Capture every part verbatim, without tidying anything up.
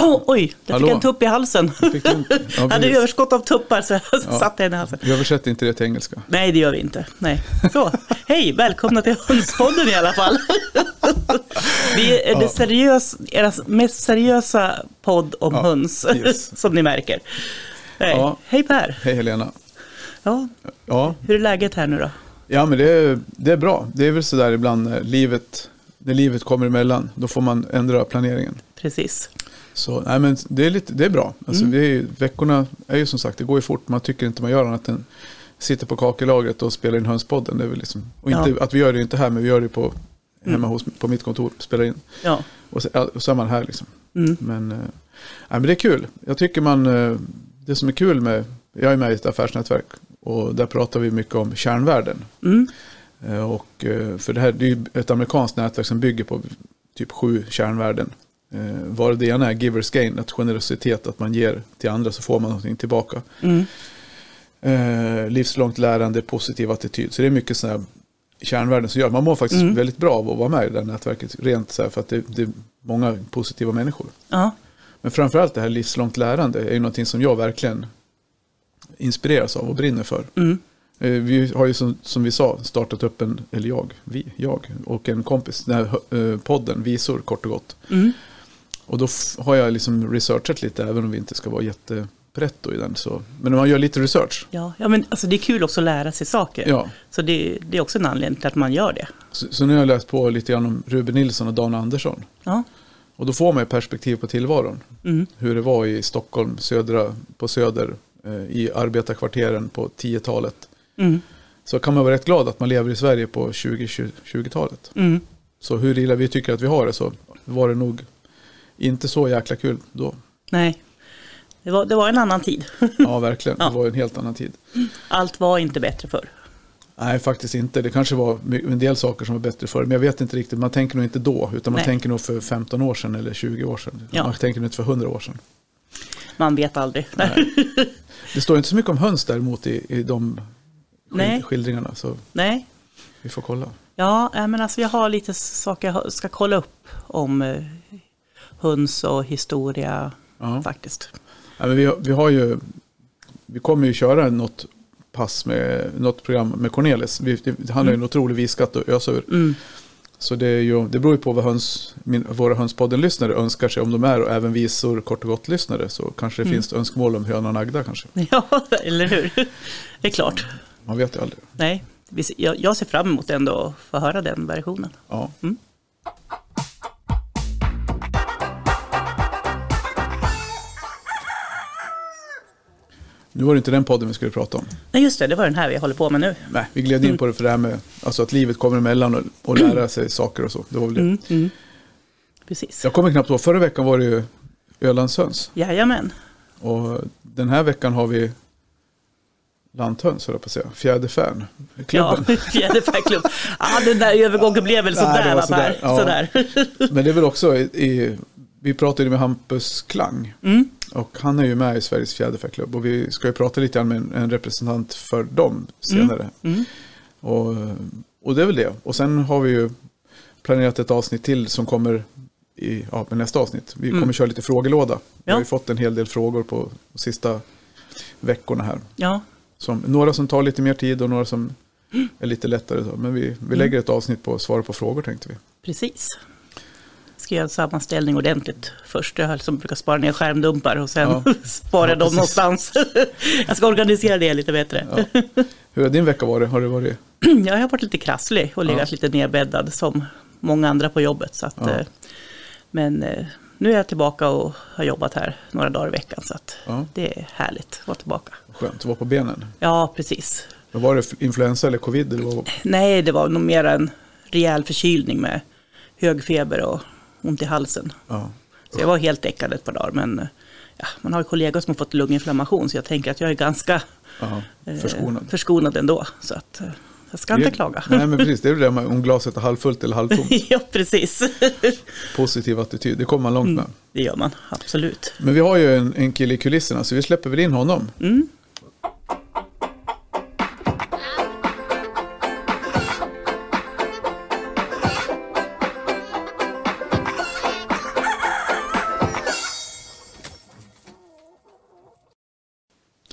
Oh, oj, jag Hallå? fick en tupp i halsen. Fick du inte? Ja, jag hade överskott av tuppar så jag ja. satte den i halsen. Vi översätter inte det till engelska. Nej, det gör vi inte. Nej. Så, hej, välkomna till Hönspodden i alla fall. Vi är ja. det seriös, era mest seriösa podd om ja, höns, yes. som ni märker. Nej. Ja. Hej Per. Hej Helena. Ja. ja, hur är läget här nu då? Ja, men det är, det är bra. Det är väl så där ibland när livet, när livet kommer emellan. Då får man ändra planeringen. Precis. Så nej, men det är, lite, det är bra. Alltså, mm. vi är, veckorna är ju som sagt, det går ju fort. Man tycker inte man gör annat än sitter på kakelagret och spelar in Hönspodden. Det är väl liksom, och inte, ja. att vi gör det inte här, men vi gör det på, hemma mm. hos, på mitt kontor. Spelar in. Ja. Och, så, och så är man här liksom. Mm. Men, äh, men det är kul. Jag tycker man, äh, det som är kul med, jag är med i ett affärsnätverk. Och där pratar vi mycket om kärnvärden. Mm. Äh, och, för det här det är ju ett amerikanskt nätverk som bygger på typ sju kärnvärden. Eh, var det ena är givers gain, att generositet, att man ger till andra så får man någonting tillbaka. Mm. Eh, livslångt lärande, positiv attityd. Så det är mycket sådana här kärnvärden som gör. Man mår faktiskt mm. väldigt bra av att vara med i det här nätverket. Rent så här, för att det, det är många positiva människor. Ja. Men framförallt det här livslångt lärande är ju någonting som jag verkligen inspireras av och brinner för. Mm. Eh, vi har ju som, som vi sa startat upp en, eller jag, vi, jag och en kompis, den här eh, podden Visor kort och gott. Mm. Och då f- har jag liksom researchat lite, även om vi inte ska vara jättebrett då i den. Så. Men om man gör lite research. Ja, ja men alltså det är kul också att lära sig saker. Ja. Så det, det är också en anledning till att man gör det. Så, så nu har jag läst på lite grann om Ruben Nilsson och Dan Andersson. Ja. Och då får man ju perspektiv på tillvaron. Mm. Hur det var i Stockholm, södra, på söder, eh, i arbetarkvarteren på tiotalet. Mm. Så kan man vara rätt glad att man lever i Sverige på tjugo-tjugotalet. Mm. Så hur illa vi tycker att vi har det, så var det nog inte så jäkla kul då. Nej, det var, det var en annan tid. Ja, verkligen. Ja. Det var en helt annan tid. Allt var inte bättre förr. Nej, faktiskt inte. Det kanske var en del saker som var bättre förr. Men jag vet inte riktigt. Man tänker nog inte då. Utan man Nej. tänker nog för femton år sedan eller tjugo år sedan. Ja. Man tänker nog inte för hundra år sedan. Man vet aldrig. Nej. Det står inte så mycket om höns däremot i, i de Nej. skildringarna. Så Nej. Vi får kolla. Ja, men alltså jag har lite saker jag ska kolla upp om eh, höns och historia ja. faktiskt. Ja, men vi, vi har ju vi kommer ju köra något pass med något program med Cornelis. Vi, det, han har ju mm. en otrolig visskatt att ösa ur. Mm. Så det, är ju, det beror ju på vad höns, min, våra Hönspodden-lyssnare önskar sig. Om de är och även visor kort och gott-lyssnare så kanske det mm. finns önskemål om Hönan Agda kanske. Ja, eller hur? Det är klart. Man vet ju aldrig. Nej, jag, jag ser fram emot ändå att få höra den versionen. Ja. Mm. Nu var det inte den podden vi skulle prata om. Nej, just det. Det var den här vi håller på med nu. Nej, vi gled in på det för det här med alltså att livet kommer emellan och, och lära sig saker och så. Det var väl det. Mm, mm. Precis. Jag kommer knappt på. Förra veckan var det ju Ölandshöns. Jajamän. Och den här veckan har vi Lanthöns, höll jag på att säga. Fjäderfän. Klubben. Ja, Fjäderfänklubb. Ah, den där övergången blev väl sådär, Nej, var sådär. Ja. sådär. Men det är väl också i, i vi pratade med Hampus Klang. Mm. Och han är ju med i Sveriges fjäderfäklubb. Och vi ska ju prata lite grann med en, en representant för dem senare. Mm. Mm. Och, och det är väl det. Och sen har vi ju planerat ett avsnitt till som kommer i ja, med nästa avsnitt. Vi kommer mm. köra lite frågelåda. Ja. Vi har ju fått en hel del frågor på de sista veckorna här. Ja. Som, några som tar lite mer tid och några som mm. är lite lättare. Men vi, vi mm. lägger ett avsnitt på att svara på frågor, tänkte vi. Precis. Ska göra en sammanställning ordentligt först. Jag liksom brukar spara ner skärmdumpar och sen ja. spara ja, dem någonstans. Jag ska organisera det lite bättre. Ja. Hur har din vecka varit? Har det varit? Jag har varit lite krasslig och legat ja. lite nerbäddad som många andra på jobbet. Så att, ja. Men nu är jag tillbaka och har jobbat här några dagar i veckan. Så att ja. det är härligt att vara tillbaka. Skönt att vara på benen. Ja, precis. Men var det influensa eller covid? Eller vad? Nej, det var nog mer en rejäl förkylning med hög feber och ont i halsen. Ja. Så jag var helt däckad ett par dagar. Men ja, man har ju kollegor som har fått lunginflammation. Så jag tänker att jag är ganska ja, förskonad. Eh, förskonad ändå. Så att eh, jag ska det, inte klaga. Nej, men precis. Det är det där med om glaset är halvfullt eller halvtomt. Ja, precis. Positiv attityd. Det kommer man långt med. Mm, det gör man, absolut. Men vi har ju en, en kille i kulisserna. Så vi släpper väl in honom. Mm.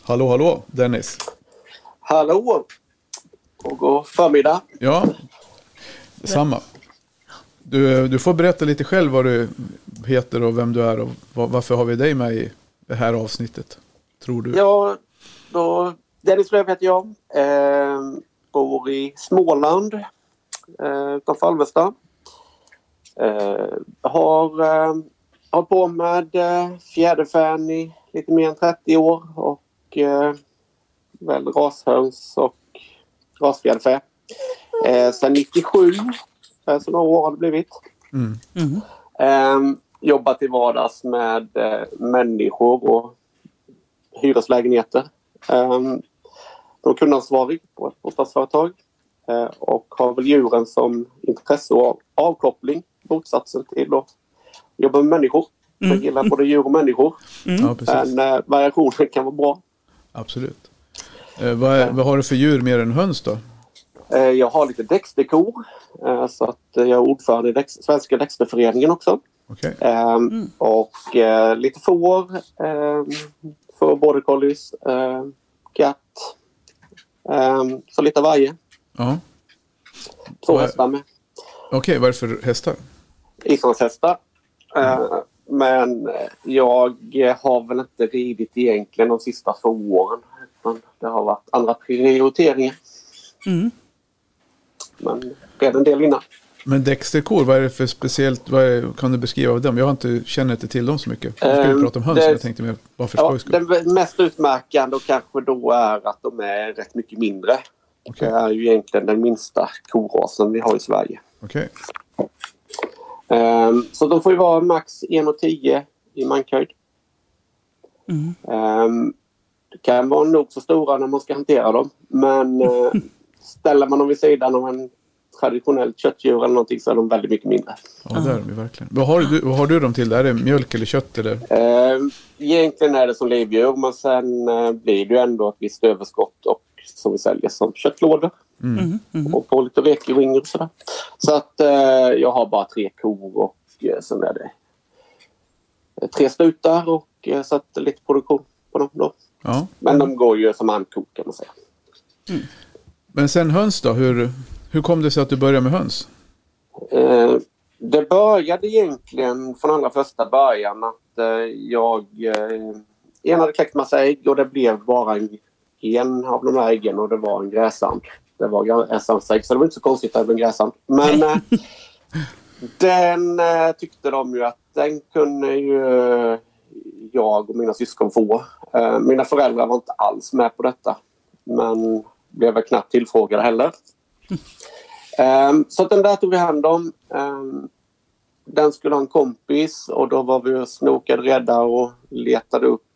Hallå, hallå, Dennis. Hallå, och god förmiddag. Ja, detsamma. Du, du får berätta lite själv vad du heter och vem du är och var, varför har vi dig med i det här avsnittet, tror du? Ja, då, Dennis Löf heter jag. Eh, bor i Småland, eh, utanför Alvesta. Eh, har eh, hållit på med eh, fjäderfän i lite mer än trettio år och eh, väl rashöns och rasfjäderfä. Eh, sen nittiosju, eh, så några år har det blivit. Mm. Mm. Eh, jobbat i vardags med eh, människor och hyreslägenheter. Eh, de kundansvarig på ett bostadsföretag eh, och har väl djuren som intresse och avkoppling, motsatsen till att jobba med människor. Mm. Jag gillar både djur och människor. Mm. Ja, precis. Men eh, variationen kan vara bra. Absolut. Eh, vad, är, vad har du för djur mer än höns då? Eh, jag har lite dexterkor. Eh, så att eh, jag är ordförande i Dex- Svenska Dexterföreningen också. Okej. Eh, Mm. Och eh, lite får. Eh, för border collies. Eh, katt. Eh, så lite varje. Ja. Två Vad är- hästar med. Okej, vad är det för hästar? Islandshästar. Eh, men jag har väl inte ridit egentligen de sista två åren. Utan det har varit andra prioriteringar. Mm. Men redan en del innan. Men dexterkor, vad är det för speciellt, vad är, kan du beskriva av dem? Jag har inte, känner inte till dem så mycket. Jag skulle Ehm, prata om höns, det- men jag tänkte mer bara för Ja, skojs skull. det mest utmärkande och kanske då är att de är rätt mycket mindre. Okej. Det är ju egentligen den minsta korasen vi har i Sverige. Okej. Ehm, så de får ju vara max en komma tio i mankhöjd. Mm. Ehm, det kan vara nog så stora när man ska hantera dem. Men eh, ställer man dem vid sidan av en traditionell köttdjur eller någonting så är de väldigt mycket mindre. Ja, det är de ju verkligen. Vad har du, vad har du dem till? Är det mjölk eller kött eller? Ehm, egentligen är det som livdjur, men sen eh, blir det ju ändå ett visst överskott och som vi säljer som köttlådor. Mm. Mm. Och på lite vekringor och sådär. Så att eh, jag har bara tre kor och eh, sen är det eh, tre stutar och eh, så att lite produktion på dem då. Ja. Men de går ju som ankok kan man säga. Men sen höns då, hur, hur kom det sig att du började med höns? Eh, det började egentligen från allra första början att eh, jag eh, en hade kläckt massa ägg och det blev bara en, en av de här äggen och det var en gräsand. Det var gräsandsägg så det var inte så konstigt att det blev en gräsand. Men eh, den eh, tyckte de ju att den kunde ju eh, jag och mina syskon få. Eh, mina föräldrar var inte alls med på detta. Men blev väl knappt tillfrågade heller. Um, så den där tog vi hand om. Um, den skulle ha en kompis och då var vi och snokade rädda och letade upp.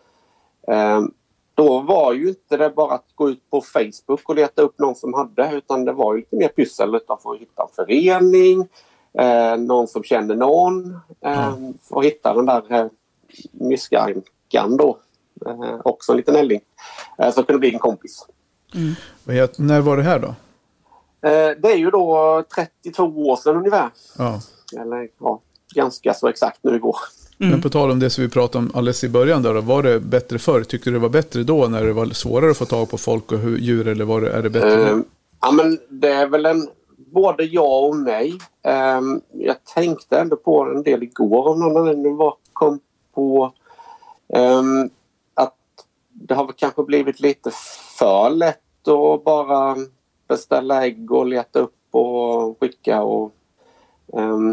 Um, då var ju inte det bara att gå ut på Facebook och leta upp någon som hade, utan det var ju lite mer pyssel utanför att hitta en förening, uh, någon som kände någon um, och hitta den där uh, myskankan då. Uh, också en liten älling. Uh, så kunde bli en kompis. Mm. Vad het- När var det här då? Uh, det är ju då trettiotvå år sedan ungefär. Ja. Eller ja, ganska så exakt nu igår. Mm. Men på tal om det som vi pratade om alldeles i början där, då, var det bättre förr? Tyckte du det var bättre då när det var svårare att få tag på folk och hur, djur eller var det, är det bättre Uh, nu? ja men det är väl en både ja och nej. Um, jag tänkte ändå på en del igår om någon annan var kom på um, att det har väl kanske blivit lite för lätt att bara beställa ägg och leta upp och skicka och um,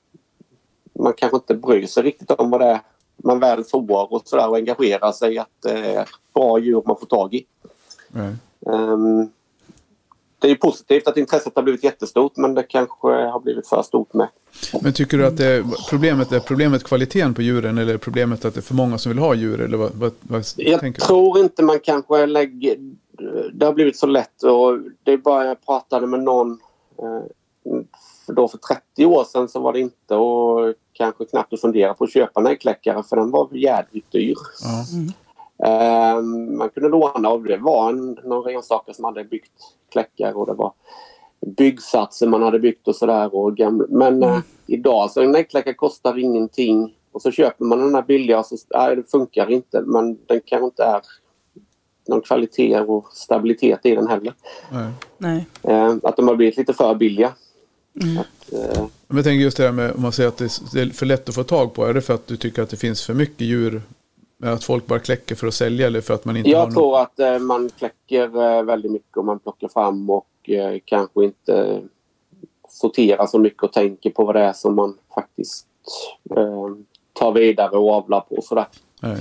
man kanske inte bryr sig riktigt om vad det är man väl får och sådär och engagera sig att det är bra djur man får tag i. Nej. Um, det är ju positivt att intresset har blivit jättestort men det kanske har blivit för stort med. Men tycker du att det är, problemet är problemet kvaliteten på djuren eller är problemet att det är för många som vill ha djur? Eller vad, vad, vad Jag tänker du? tror inte man kanske lägger... Det har blivit så lätt och det är bara jag pratade med någon eh, för då för trettio år sedan så var det inte och kanske knappt att fundera på att köpa en äggkläckare för den var jävligt dyr. Ja. Eh, man kunde låna och det var en, några enstaka som hade byggt kläckare och det var byggsatser man hade byggt och sådär. Och gamla. Men eh, idag så en äggkläckare kostar ingenting och så köper man den här billiga och så nej, det funkar inte men den kanske inte är någon kvalitet och stabilitet i den heller. Nej. Nej. Eh, att de har blivit lite för billiga. Mm. Att, eh, Men jag tänker just det här med om man säger att det är för lätt att få tag på. Är det för att du tycker att det finns för mycket djur? Att folk bara kläcker för att sälja eller för att man inte jag har någon... tror att eh, man kläcker eh, väldigt mycket och man plockar fram och eh, kanske inte sorterar så mycket och tänker på vad det är som man faktiskt eh, tar vidare och avlar på och sådär. Nej.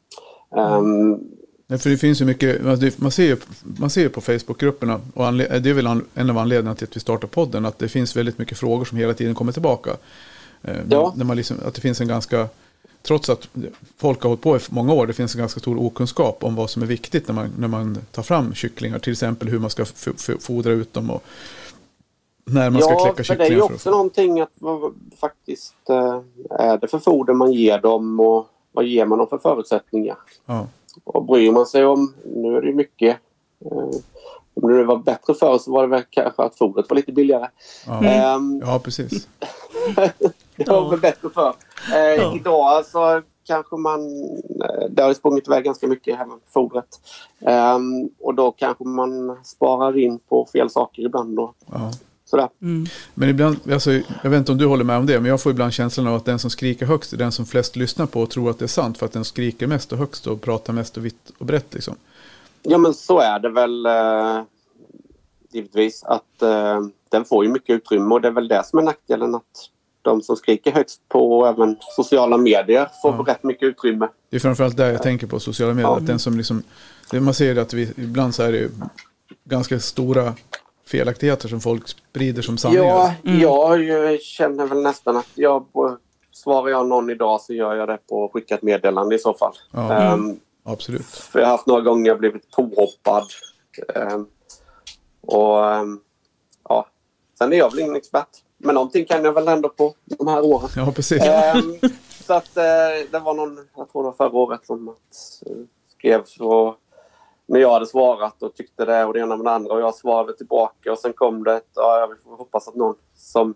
Um, Nej, för det finns ju mycket, man ser ju, man ser ju på Facebookgrupperna och anled, det är väl en av anledningarna till att vi startar podden, att det finns väldigt mycket frågor som hela tiden kommer tillbaka. Eh, ja. när man liksom, att det finns en ganska, trots att folk har hållit på i många år, det finns en ganska stor okunskap om vad som är viktigt när man, när man tar fram kycklingar, till exempel hur man ska f- f- fodra ut dem och när man ja, ska kläcka kycklingar. Ja, det är ju också någonting att vad, faktiskt äh, är det för foder man ger dem och vad ger man dem för förutsättningar. Ja. Och bryr man sig om, nu är det ju mycket, eh, om det var bättre förr så var det väl kanske att fodret var lite billigare. Ja, um, ja precis. det var väl bättre förr. Eh, Ja. Idag så kanske man, det har sprungit iväg ganska mycket här med fodret. Um, och då kanske man sparar in på fel saker ibland och Ja. sådär. Mm. Men ibland, alltså, jag vet inte om du håller med om det, men jag får ibland känslan av att den som skriker högst är den som flest lyssnar på och tror att det är sant, för att den skriker mest och högst och pratar mest och vitt och brett liksom. Ja, men så är det väl eh, givetvis att eh, den får ju mycket utrymme och det är väl det som är nackdelen, att de som skriker högst på även sociala medier får Ja. rätt mycket utrymme. Det är framförallt där jag tänker på sociala medier, Ja. att den som liksom, det man ser att vi, ibland så är det ganska stora felaktigheter som folk sprider som sanningar. Ja, Mm. jag känner väl nästan att jag svarar jag någon idag så gör jag det på skickat meddelande i så fall. Ja. Ehm, Absolut. För jag har haft några gånger blivit påhoppad. Um, och um, ja, sen är jag väl ingen expert. Men någonting kan jag väl ändå på de här åren. Ja, precis. Um, så att uh, det var någon, jag tror det var förra året som att, uh, skrev så när jag hade svarat och tyckte det och det ena med det andra och jag svarade tillbaka och sen kom det ett, ja, jag får hoppas att någon som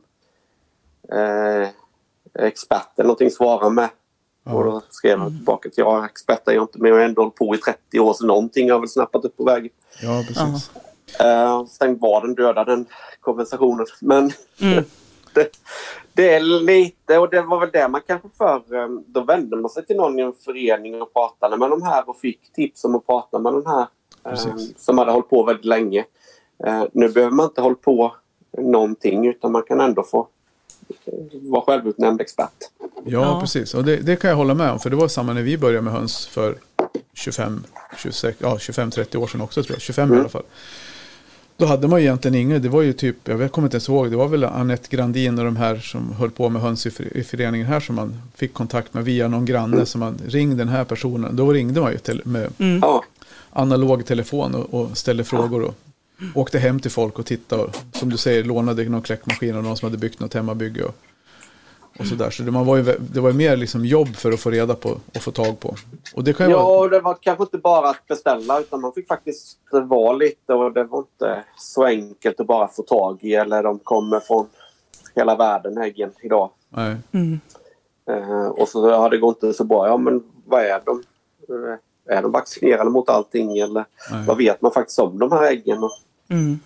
uh, expert eller någonting svarar med. Ja. Och då skrev jag tillbaka till jag är expert, jag är inte med och ändå hållit på i trettio år så någonting har väl snappat upp på vägen. Ja, precis. Uh, sen var den döda den konversationen. Men Mm. det, det är lite, och det var väl det man kanske för, um, då vände man sig till någon i en förening och pratade med de här och fick tips om att prata med den här um, som hade hållit på väldigt länge. Uh, nu behöver man inte hålla på någonting utan man kan ändå få uh, vara självutnämnd expert. Ja, Ja. precis. Och det, det kan jag hålla med om, för det var samma när vi började med höns för tjugofem, tjugosex, ja, tjugofem trettio år sedan också tror jag. tjugofem Mm. i alla fall. Då hade man ju egentligen inget, det var ju typ, jag kommer inte ens ihåg, det var väl Annette Grandin och de här som höll på med höns i, för, i föreningen här som man fick kontakt med via någon granne Mm. som man ringde den här personen. Då ringde man ju till, med Mm. Ja, analog telefon och, och ställde frågor och åkte hem till folk och tittade och, som du säger, lånade någon kläckmaskin och någon som hade byggt något hemmabygge och, och sådär. Så det, man var ju, det var ju mer liksom jobb för att få reda på och få tag på. Och det kan ju ja vara, och det var kanske inte bara att beställa utan man fick faktiskt vara lite och det var inte så enkelt att bara få tag i eller de kommer från hela världen äggen idag. nej. Mm. Uh, och så har det gått inte så bra. Ja men vad är de? Uh, är de vaccinerade mot allting eller Nej. vad vet man faktiskt om de här äggen? Och, Mm.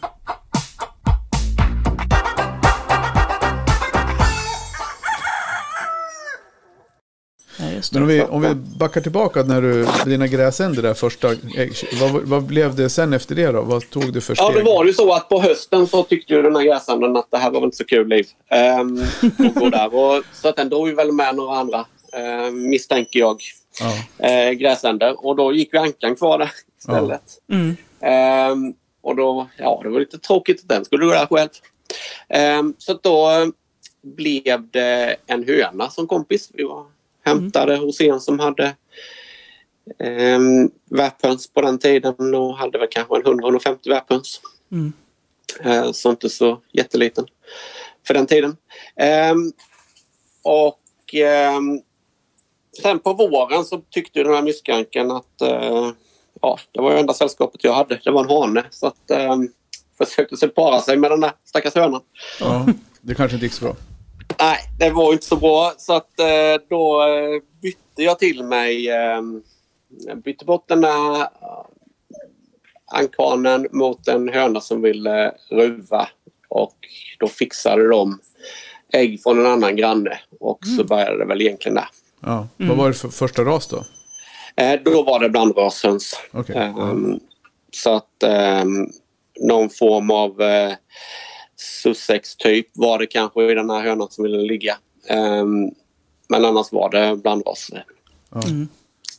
Ja, just det. Men om vi, om vi backar tillbaka när du, dina gräsänder där första, vad, vad blev det sen efter det då? Vad tog du för steg? ja det var ju så att på hösten så tyckte ju den här gräsanden att det här var inte så kul liv. Um, att gå där. Och, så att den drog ju väl med några andra uh, misstänker jag. Ja. Uh, gräsänder. Och då gick ju ankan kvar där istället. Mm. Um, och då, ja det var lite tråkigt att den skulle gå där själv. Um, så då blev det en höna som kompis. Vi var hämtade hos en som hade um, värphöns på den tiden och hade väl kanske en hundra till hundrafemtio värphöns. Mm. Uh, så inte så jätteliten för den tiden. Um, och um, sen på våren så tyckte den här myskanken att uh, ja, det var ju enda sällskapet jag hade. Det var en hane. Så att um, försökte sig para sig med den där stackars hönan. Ja, det kanske inte gick så bra. Nej, det var inte så bra. Så att eh, då eh, bytte jag till mig. Eh, bytte bort den där ankanen mot en höna som ville ruva. Och då fixade de ägg från en annan granne. Och mm. så började det väl egentligen där. Ja. Mm. Vad var det för första ras då? Eh, då var det blandrashöns. Okay. Um, så att um, någon form av uh, Sussex typ var det kanske i den här hönan som ville ligga. Um, men annars var det blandras. Mm.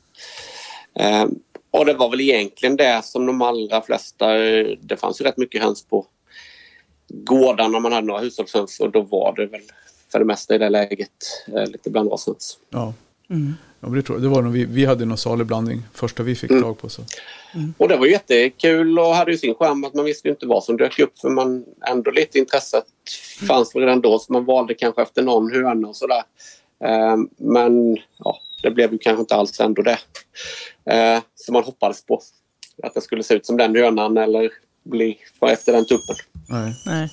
Um, och det var väl egentligen det som de allra flesta, det fanns ju rätt mycket höns på gården när man hade några hushållshöns, och då var det väl för det mesta i det läget uh, lite blandrashöns. Ja. Mm. Ja, det, tror jag. Det var nog vi, vi hade någon salig blandning första vi fick mm. tag på. Så. Mm. Och det var jättekul och hade ju sin skärm att man visste ju inte vad som dök upp, för man ändå lite intresset fanns redan då, så man valde kanske efter någon höna och sådär. Uh, men ja, det blev ju kanske inte alls ändå det. Uh, så man hoppades på att det skulle se ut som den hönan eller bli efter den tuppen. Nej. Nej.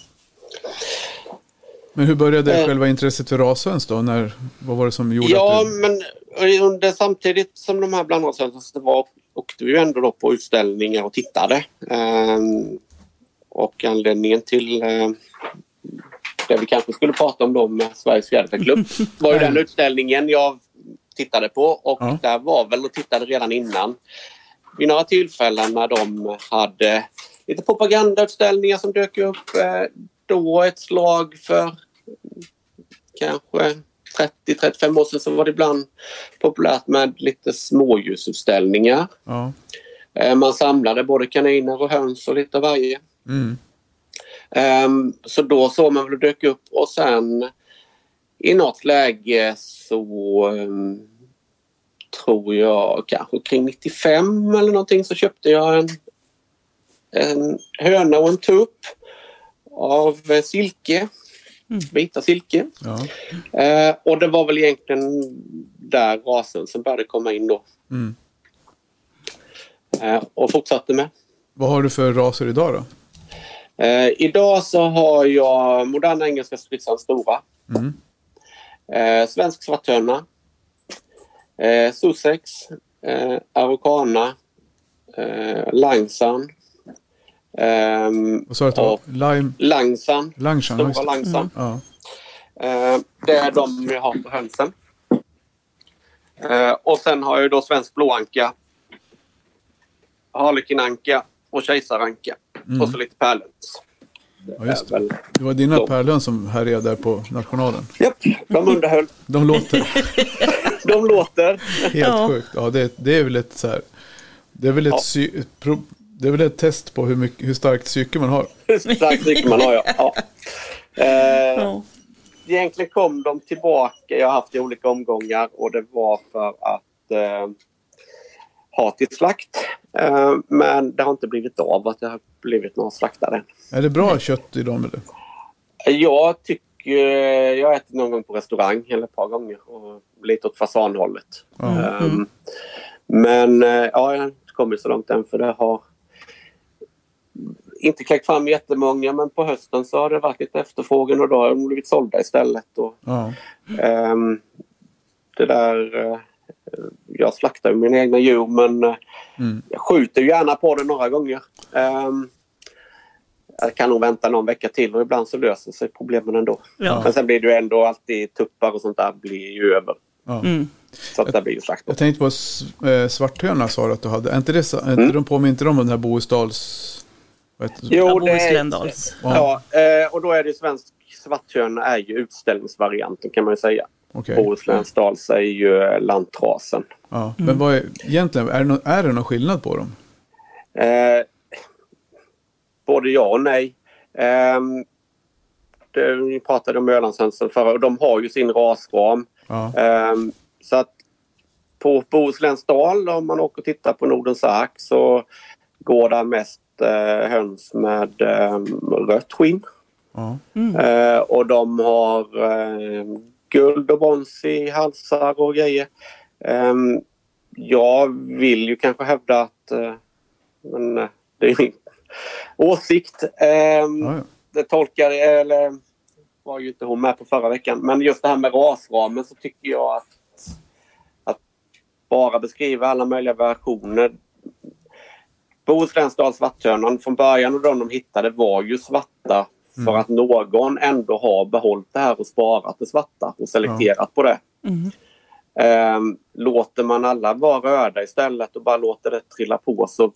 Men hur började uh, själva intresset för rashöns då? När, vad var det som gjorde ja, att du... men under, samtidigt som de här blandradshönsen var, åkte vi ju ändå då på utställningar och tittade. Uh, och anledningen till uh, det vi kanske skulle prata om då med Sveriges fjäderfäklubb var ju den utställningen jag tittade på, och ja. Där var väl och tittade redan innan vid några tillfällen när de hade lite propagandautställningar som dök upp. Då ett slag för kanske trettio till trettiofem år sedan så var det ibland populärt med lite smådjursutställningar. Ja. Man samlade både kaniner och höns och lite av varje. Mm. Um, så då såg man väl dök upp, och sen i något läge så um, tror jag kanske kring nittiofem eller någonting så köpte jag en, en höna och en tupp av silke, mm. vita silke. Ja. Uh, och det var väl egentligen där rasen som började komma in då. Mm. Uh, och fortsatte med. Vad har du för raser idag då? Uh, idag så har jag moderna engelska spritsan stora. Mm. Uh, svensk svarthöna. Uh, Sussex. Uh, Araucana. Uh, Langsan. Um, Vad sa du då? Lime... Langsan. Langsan. Stora Langsan. Mm. Uh, det är de jag har på hönsen. Uh, och sen har jag då svensk blåanka. Harlekinanka och kejsaranka. Mm. Och så lite pärlhöns. Ja, just det. Det var dina de. pärlhöns som härjade där på Nationalen. Japp, de underhöll. De låter. de låter. Helt ja. sjukt. Ja, det, det är väl ett så här. Det är väl ett, ja. sy, pro, det är väl ett test på hur, mycket, hur starkt psyke man har. Hur starkt psyke man har, ja. ja. Eh, ja. Egentligen kom de tillbaka. Jag har haft i olika omgångar, och det var för att eh, ha till slakt. Uh, men det har inte blivit av att det har blivit några slaktare. Är det bra kött i dem eller? Jag tycker, jag har ätit någon gång på restaurang eller ett par gånger och lite åt fasanhållet. Mm. Um, men uh, ja, jag har inte kommit så långt än, för det har inte kläckt fram jättemånga, men på hösten så har det varit lite efterfrågan och då har de blivit sålda istället. Och, mm. um, det där... Uh, jag slaktar ju mina egna djur, men mm. jag skjuter gärna på det några gånger. Um, jag kan nog vänta någon vecka till, och ibland så löser sig problemen ändå. Ja. Men sen blir det ju ändå alltid tuppar och sånt där blir ju över. Ja. Mm. Så att det blir ju slakt. Jag tänkte på svarthöna, sa du att du hade. Är inte det så, mm. de påminner inte om den här Bohusdals... Jo, det är, ja, och då är det svensk svarthöna är ju utställningsvarianten, kan man ju säga. Okay. Bohuslänstals är ju lantrasen. Ja, mm. Men vad är, egentligen, är det, någon, är det någon skillnad på dem? Eh, både ja och nej. Eh, det, vi pratade om Ölandshönsen förra, och de har ju sin rasram. Ja. Eh, så att på Bohuslänsdal, om man åker och tittar på Nordens ark, så går det mest eh, höns med eh, rött skinn. Ja. Mm. Eh, och de har eh, guld och brons i halsar och grejer. Um, jag vill ju kanske hävda att uh, men, uh, det är min åsikt. Um, ja, ja. Det tolkar, eller var ju inte hon med på förra veckan, men just det här med rasramen, så tycker jag att, att bara beskriva alla möjliga versioner, Bohuslänska svarthörnan från början och de de hittade var ju svarta för mm. att någon ändå har behållit det här och sparat det svarta och selekterat ja. på det. Mm. Um, låter man alla vara röda istället och bara låter det trilla på så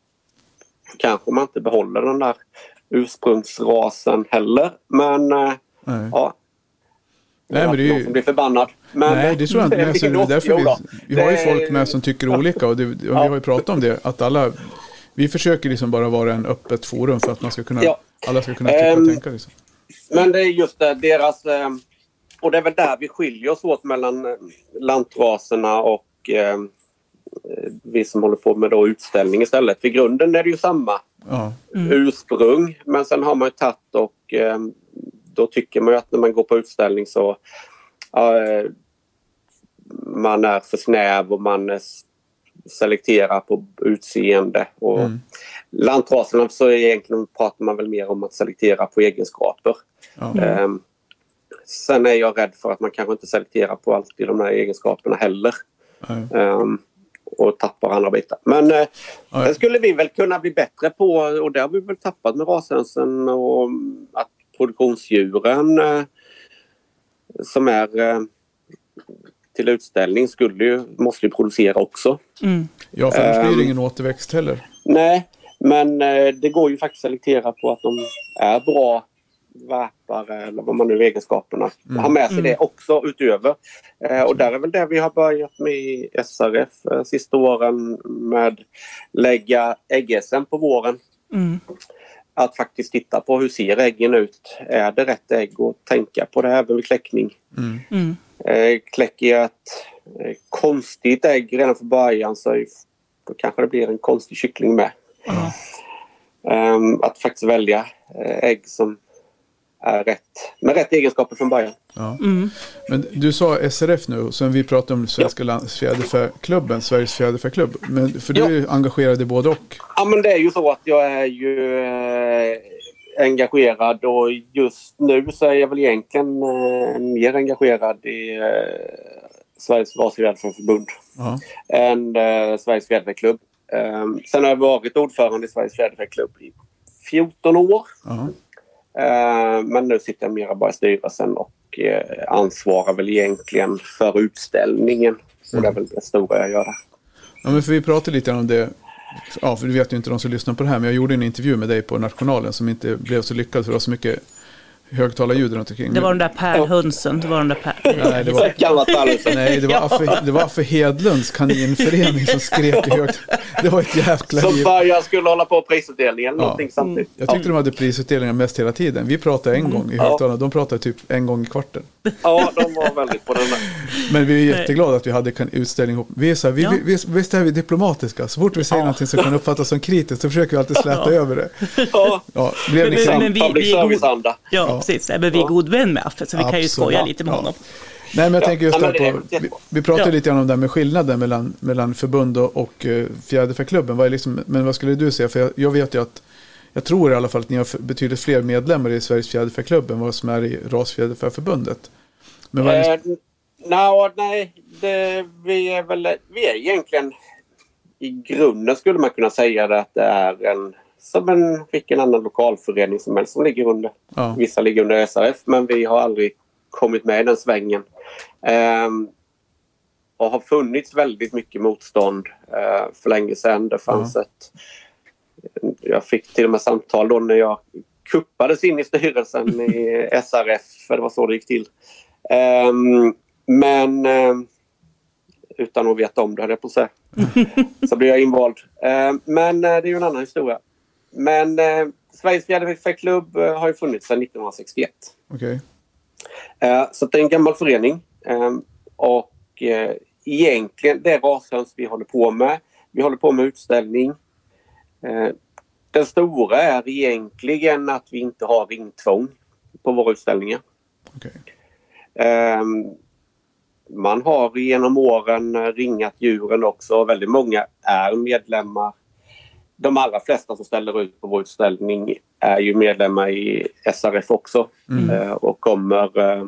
kanske man inte behåller den där ursprungsrasen heller. Men uh, ja. Nej, men det är ju... någon som blir förbannad. Men nej, det tror jag inte. Alltså, det är därför vi, vi har ju folk med som tycker olika och, det, och ja. vi har ju pratat om det. Att alla, vi försöker liksom bara vara en öppet forum för att man ska kunna, ja. alla ska kunna tycka och um, tänka. Liksom. Men det är just det, deras... Um, och det är väl där vi skiljer oss åt mellan lantraserna och eh, vi som håller på med då utställning istället. För grunden är det ju samma ja. mm. ursprung. Men sen har man ju tagit och eh, då tycker man ju att när man går på utställning så eh, man är för snäv och man är selekterar på utseende. Och mm. lantraserna så är egentligen pratar man väl mer om att selektera på egenskaper. Ja. Eh, Sen är jag rädd för att man kanske inte selekterar på alltid de här egenskaperna heller. Um, och tappar andra bitar. Men uh, det skulle vi väl kunna bli bättre på. Och det har vi väl tappat med rashönsen. Och att produktionsdjuren uh, som är uh, till utställning skulle ju, måste ju producera också. Mm. Ja, för annars blir det ingen återväxt heller. Nej, men uh, det går ju faktiskt att selektera på att de är bra värpare eller vad man nu egenskaperna mm. har med sig mm. det också utöver. Eh, och där är väl det vi har börjat med i S R F eh, sista åren med lägga ägg-S M på våren. Mm. Att faktiskt titta på hur ser äggen ut. Är det rätt ägg och tänka på det även vid kläckning. Mm. Mm. Eh, kläcker jag ett eh, konstigt ägg redan från början så då kanske det blir en konstig kyckling med. Mm. Eh, att faktiskt välja eh, ägg som är rätt, med rätt egenskaper från början. Ja. Mm. Men du sa S R F nu, sen vi pratade om Svenska ja. fjäderfäklubben, Sveriges fjäderfäklubb. Men för du ja. är ju engagerad i både och. Ja, men det är ju så att jag är ju eh, engagerad och just nu så är jag väl egentligen eh, mer engagerad i eh, Sveriges rasfjäderfäförbund ja. än eh, Sveriges fjäderfäklubb. Eh, sen har jag varit ordförande i Sveriges fjäderfäklubb i fjorton år. Ja. Men nu sitter jag mer bara i styrelsen och ansvarar väl egentligen för utställningen. Så mm. det är väl det stora jag gör där. Ja, men för vi pratade lite om det. Ja, för du vet ju inte de som lyssnar på det här. Men jag gjorde en intervju med dig på Nationalen som inte blev så lyckad för det var så mycket högtalarljud runt omkring. Det var den där pärlhönsen. Det var den där pär... Nej, det var, nej, det var Affe, det var Affe Hedlunds kaninförening som skrek i högt. Det var ett jävla liv. Som bara skulle hålla på prisutdelningen eller ja. någonting samtidigt. Jag tyckte ja. de hade prisutdelningar mest hela tiden. Vi pratade en mm. gång i högtalarna. De pratade typ en gång i kvarten. Ja, de var väldigt på den där. Men vi är jätteglada att vi hade en utställning ihop. Vi är så här, vi, ja. vi, vi, visst är vi diplomatiska. Så fort vi säger ja. någonting som kan uppfattas som kritiskt så försöker vi alltid släta ja. över det. Ja. Ja, blev men, men, men vi, vi är god... Ja, ja, precis. Men vi är god vän med Affe så vi Absolut. kan ju skoja lite med ja. honom. Nej, men jag tänker just ja, på, vi, vi pratade ja. lite grann om det med skillnaden mellan, mellan förbund och, och uh, fjäderfäklubben. Vad är liksom, men vad skulle du säga? För jag, jag vet ju att, jag tror i alla fall att ni har betydligt fler medlemmar i Sveriges fjäderfäklubb än vad som är i Rasfjäderfäförbundet. Men vad är ni... eh, no, nej, det, vi är väl, vi är egentligen i grunden skulle man kunna säga det att det är en som en vilken annan lokalförening som helst som ligger under. Ja. Vissa ligger under S R F men vi har aldrig kommit med i den svängen. Um, och har funnits väldigt mycket motstånd uh, för länge sedan. Det fanns ja. ett... Jag fick till och med samtal då när jag kuppades in i styrelsen i S R F. För det var så det gick till. Um, men... Uh, utan att veta om det, hade jag på att säga. Så blev jag invald. Uh, men uh, det är ju en annan historia. Men uh, Sveriges fjäderfäklubb uh, har ju funnits sedan nittonhundrasextioett. Okej. Okay. Uh, så det är en gammal förening. Um, och uh, egentligen det är rashöns vi håller på med. Vi håller på med utställning. Uh, den stora är egentligen att vi inte har ringtvång på våra utställningar. Okay. Um, man har genom åren ringat djuren också. Väldigt många är medlemmar. De allra flesta som ställer ut på vår utställning är ju medlemmar i S R F också. Mm. Uh, och kommer uh,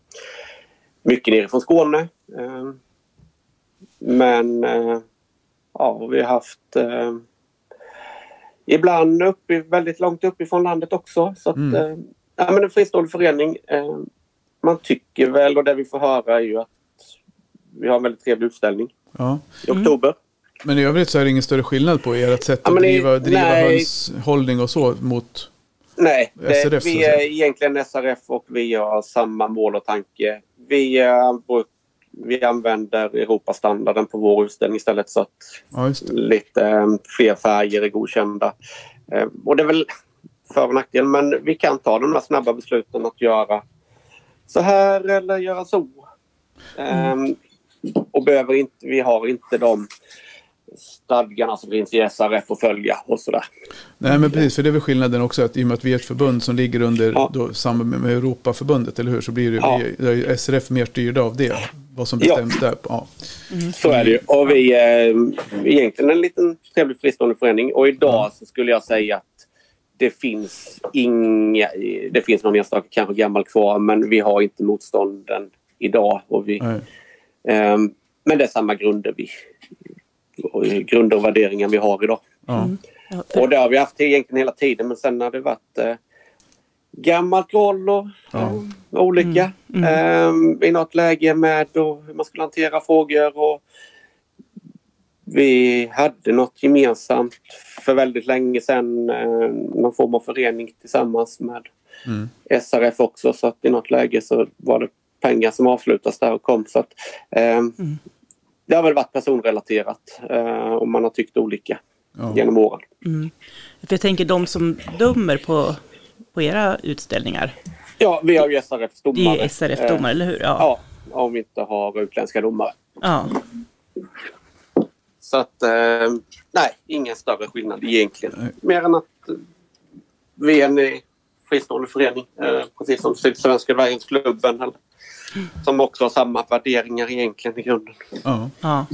mycket nerifrån Skåne. Uh, men uh, ja, vi har haft uh, ibland upp i, väldigt långt uppifrån landet också. Så att, mm. eh, ja, men en fristående förening, eh, man tycker väl, och det vi får höra är ju att vi har en väldigt trevlig utställning ja. i oktober. Mm. Men i övrigt så är det ingen större skillnad på ert sätt att ja, driva, driva hönshållning och så mot nej, det, S R F? Vi är egentligen S R F och vi har samma mål och tanke. Vi, äh, vi använder Europastandarden på vår utställning istället så att ja, lite äh, fler färger är godkända. Äh, och det är väl för och nackdel, men vi kan ta de här snabba besluten att göra så här eller göra så. Mm. Äh, och behöver inte, vi har inte de stadgarna som finns i S R F att följa och sådär. Nej, men precis, för det är väl skillnaden också att i och med att vi är ett förbund som ligger under ja. då, samma med, med Europaförbundet, eller hur, så blir det, ja. vi, är S R F mer styrda av det, vad som bestäms ja. där. Ja. Mm. Så är det ju. Och vi är egentligen en liten trevlig fristående förening och idag ja. så skulle jag säga att det finns inga, det finns någon enstaka kanske gammal kvar, men vi har inte motstånden idag och vi um, men det är samma grunder vi grunder och värderingar vi har idag. Mm. Och det har vi haft egentligen hela tiden, men sen har det varit eh, gammalt roll och ja. eh, olika mm. Mm. Eh, i något läge med då, hur man skulle hantera frågor och vi hade något gemensamt för väldigt länge sedan, eh, någon form av förening tillsammans med mm. S R F också, så att i något läge så var det pengar som avslutas där och kom, så att eh, mm. det har väl varit personrelaterat eh, och man har tyckt olika ja. genom åren. Mm. För jag tänker de som dömer på, på era utställningar. Ja, vi har ju S R F-domare. Det är S R F-domare, eh, eller hur? Ja. ja, om vi inte har utländska domare. Ja. Så att, eh, nej, ingen större skillnad egentligen. Nej. Mer än att vi är en fristående förening, eh, precis som Sydsvenska Vägensklubben eller som också har samma värderingar egentligen i grunden. Ja. Ja.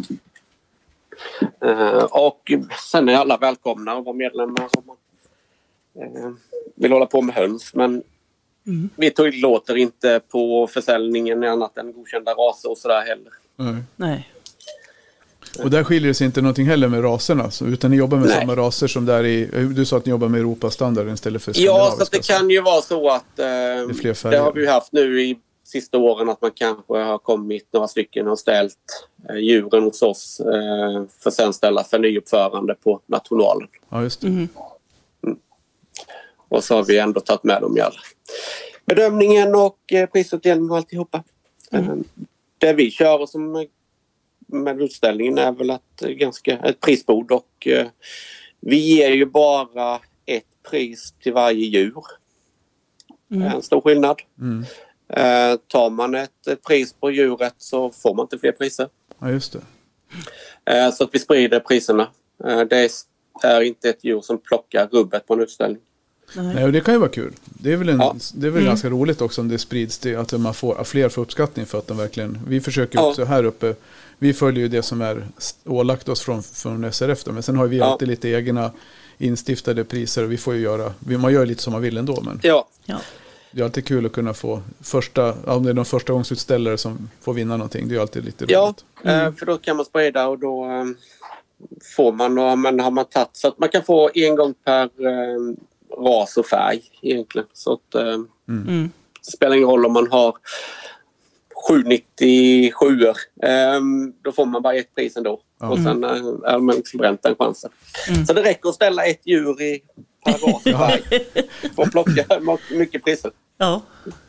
Uh, och sen är alla välkomna att vara medlemmar om man uh, vill hålla på med höns. Men mm. vi tillåter inte på försäljningen annat än godkända raser och sådär heller. Nej. Nej. Och där skiljer det sig inte någonting heller med raserna, så, utan ni jobbar med Nej. samma raser som där i, du sa att ni jobbar med Europastandarden istället för ja, så det kan ju vara så att uh, det, det har vi haft nu i sista åren att man kanske har kommit några stycken och ställt eh, djuren hos oss eh, för sen ställa för nyuppförande på nationalen. Ja, just det. Mm. Mm. Och så har vi ändå tagit med dem i alla bedömningen och eh, prisutdelning och alltihopa. Mm. Eh, det vi kör som med utställningen är väl att, eh, ganska, ett prisbord och eh, vi ger ju bara ett pris till varje djur. Mm. En stor skillnad. Mm. Eh, tar man ett pris på djuret så får man inte fler priser. Ja, just det. Eh, så att vi sprider priserna. Eh, det är inte ett djur som plockar rubbet på en utställning. Nej, Nej och det kan ju vara kul. Det är väl, en, ja. det är väl mm. ganska roligt också om det sprids det, att man får fler får uppskattning för att de verkligen, vi försöker ja. också här uppe, vi följer ju det som är ålagt oss från, från S R F då, men sen har vi ja. alltid lite egna instiftade priser och vi får ju göra, man gör lite som man vill ändå. Men... Ja. Ja. Det är alltid kul att kunna få första, om det är någon första gångsutställare som får vinna någonting. Det är alltid lite roligt. Ja, mm. för då kan man sprida och då um, får man, och, men har man tagit så att man kan få en gång per um, ras och färg egentligen. Så att um, mm. det spelar ingen roll om man har sjuhundranittiosju um, då får man bara ett pris ändå. Ja. Och sen uh, är man liksom bränt den chansen. Mm. Så det räcker att ställa ett djur i per ras och färg och plocka mycket priser. Ja.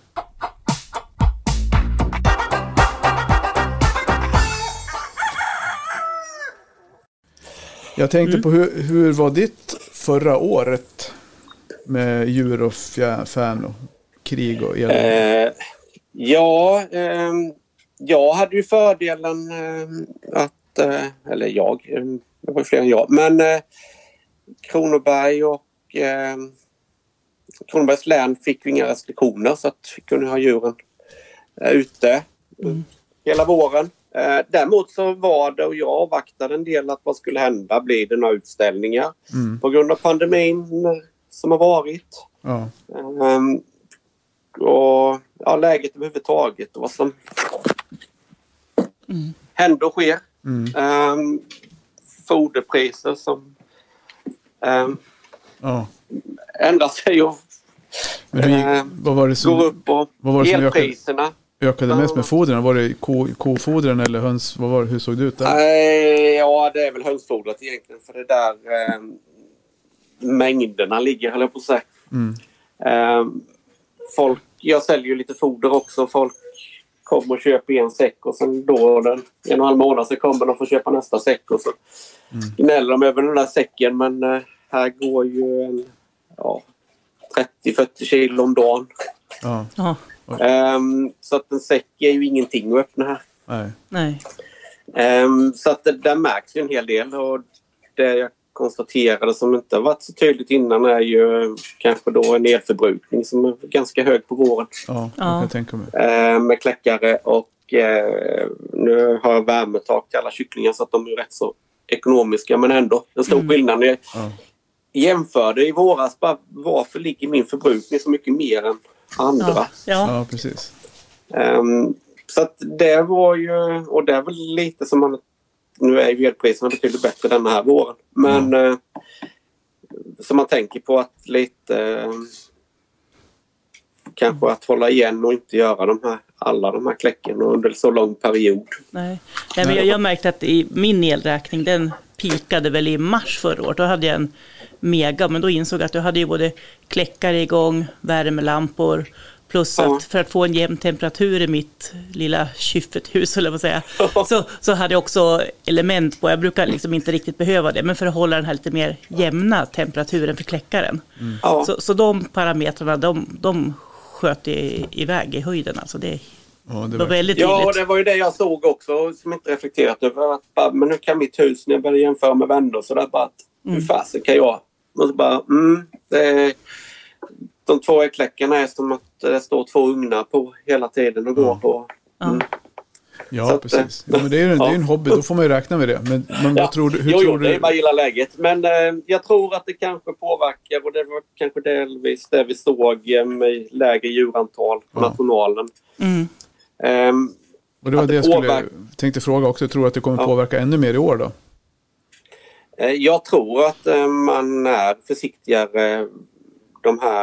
Jag tänkte mm. på hur, hur var ditt förra året med djur och fan och krig och el? Eh, ja, eh, jag hade ju fördelen eh, att, eh, eller jag, eh, det var fler än jag, men eh, Kronoberg och eh, Kronobergs län fick ju inga restriktioner så att vi kunde ha djuren eh, ute mm. hela våren. Eh, däremot så var det, och jag avvaktade en del att vad skulle hända, blir det några utställningar mm. på grund av pandemin som har varit. Ja. Eh, och ja, läget överhuvudtaget och vad som mm. händer och sker. Mm. Eh, foderpriser som eh, Ja. ändrar sig och Men hur, eh, vad var det som, går upp och vad var det som elpriserna. ökade, ökade mest med fodren? Var det ko, kofodren eller höns? Vad var det, hur såg det ut där? Nej, ja, det är väl hönsfodret egentligen. För det där eh, mängderna ligger, höll jag på att säga. Mm. Eh, folk, jag säljer ju lite foder också. Folk kommer och köper en säck och sen då den, en och en halv månad så kommer de få köpa nästa säck och så mm. gnäller de över den där säcken. Men eh, här går ju en, ja, trettio till fyrtio kilo om dagen. Ja. Ja. Um, så att en säck är ju ingenting att öppna här. Nej. Nej. Um, så att det där märks ju en hel del. Och det jag konstaterade som inte har varit så tydligt innan är ju kanske då en elförbrukning som är ganska hög på våren. Ja, ja. jag kan tänka mig. Uh, med kläckare och uh, nu har jag värmetak till alla kycklingar så att de är rätt så ekonomiska, men ändå en stor mm. skillnad. Jag ja. jämförde i våras bara varför ligger min förbrukning så mycket mer än andra. Ja, ja. ja precis. Um, så att det var ju, och det är väl lite som man, nu är ju elpriserna betydligt bättre den här våren, men mm. uh, som man tänker på att lite uh, kanske att hålla igen och inte göra de här, alla de här kläcken under så lång period. Nej, Nej men jag, jag märkte att i min elräkning, den pikade väl i mars förra året. Då hade jag en mega, men då insåg jag att jag hade ju både kläckare igång, värmelampor, plus ja. att för att få en jämn temperatur i mitt lilla kyffethus, eller vad säga, så, så hade jag också element på. Jag brukar liksom inte riktigt behöva det, men för att hålla den här lite mer jämna temperaturen för kläckaren. Mm. Ja. Så, så de parametrarna, de, de sköt i, iväg i höjden. Alltså det, ja, det var väldigt tydligt. Ja, det var ju det jag såg också, som inte reflekterat över. Att bara, men nu kan mitt hus, när jag började jämföra med vänner, så där bara att mm. hur fasen kan jag? Och så bara, mm, det, de två kläckarna är som att det står två ugnar på hela tiden och går ja. på. Mm. Ja, att, precis. Ja, men det är ju en, ja. det är en hobby, då får man ju räkna med det. Men, men ja. vad tror du? Hur jo, tror jo, du? det är bara gilla läget. Men eh, jag tror att det kanske påverkar, och det var kanske delvis det vi såg eh, med lägre djurantal på ja. nationalen. Mm. Um, och det var det jag skulle, påverk- tänkte fråga också. Jag tror att det kommer ja. påverka ännu mer i år då? Eh, jag tror att eh, man är försiktigare de här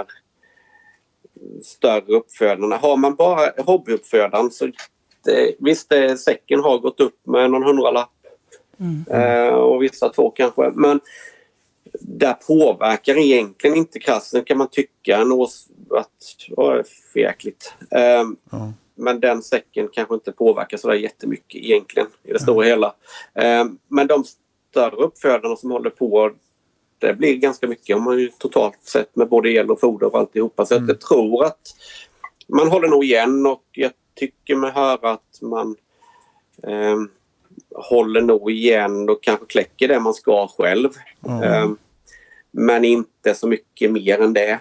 större uppfödarna. Har man bara hobbyuppfödaren så det, visst det, säcken har gått upp med någon hundralapp mm. eh, och vissa två kanske, men där påverkar egentligen inte krassen, kan man tycka nås, att åh, det är förjäkligt. Eh, mm. Men den säcken kanske inte påverkar så där jättemycket egentligen i det stora mm. hela. Eh, men de större uppfödarna som håller på, det blir ganska mycket om man ju totalt sett med både el och foder och alltihopa. Så mm. jag tror att man håller nog igen, och jag tycker mig höra att man eh, håller nog igen och kanske kläcker det man ska själv. Mm. Eh, men inte så mycket mer än det.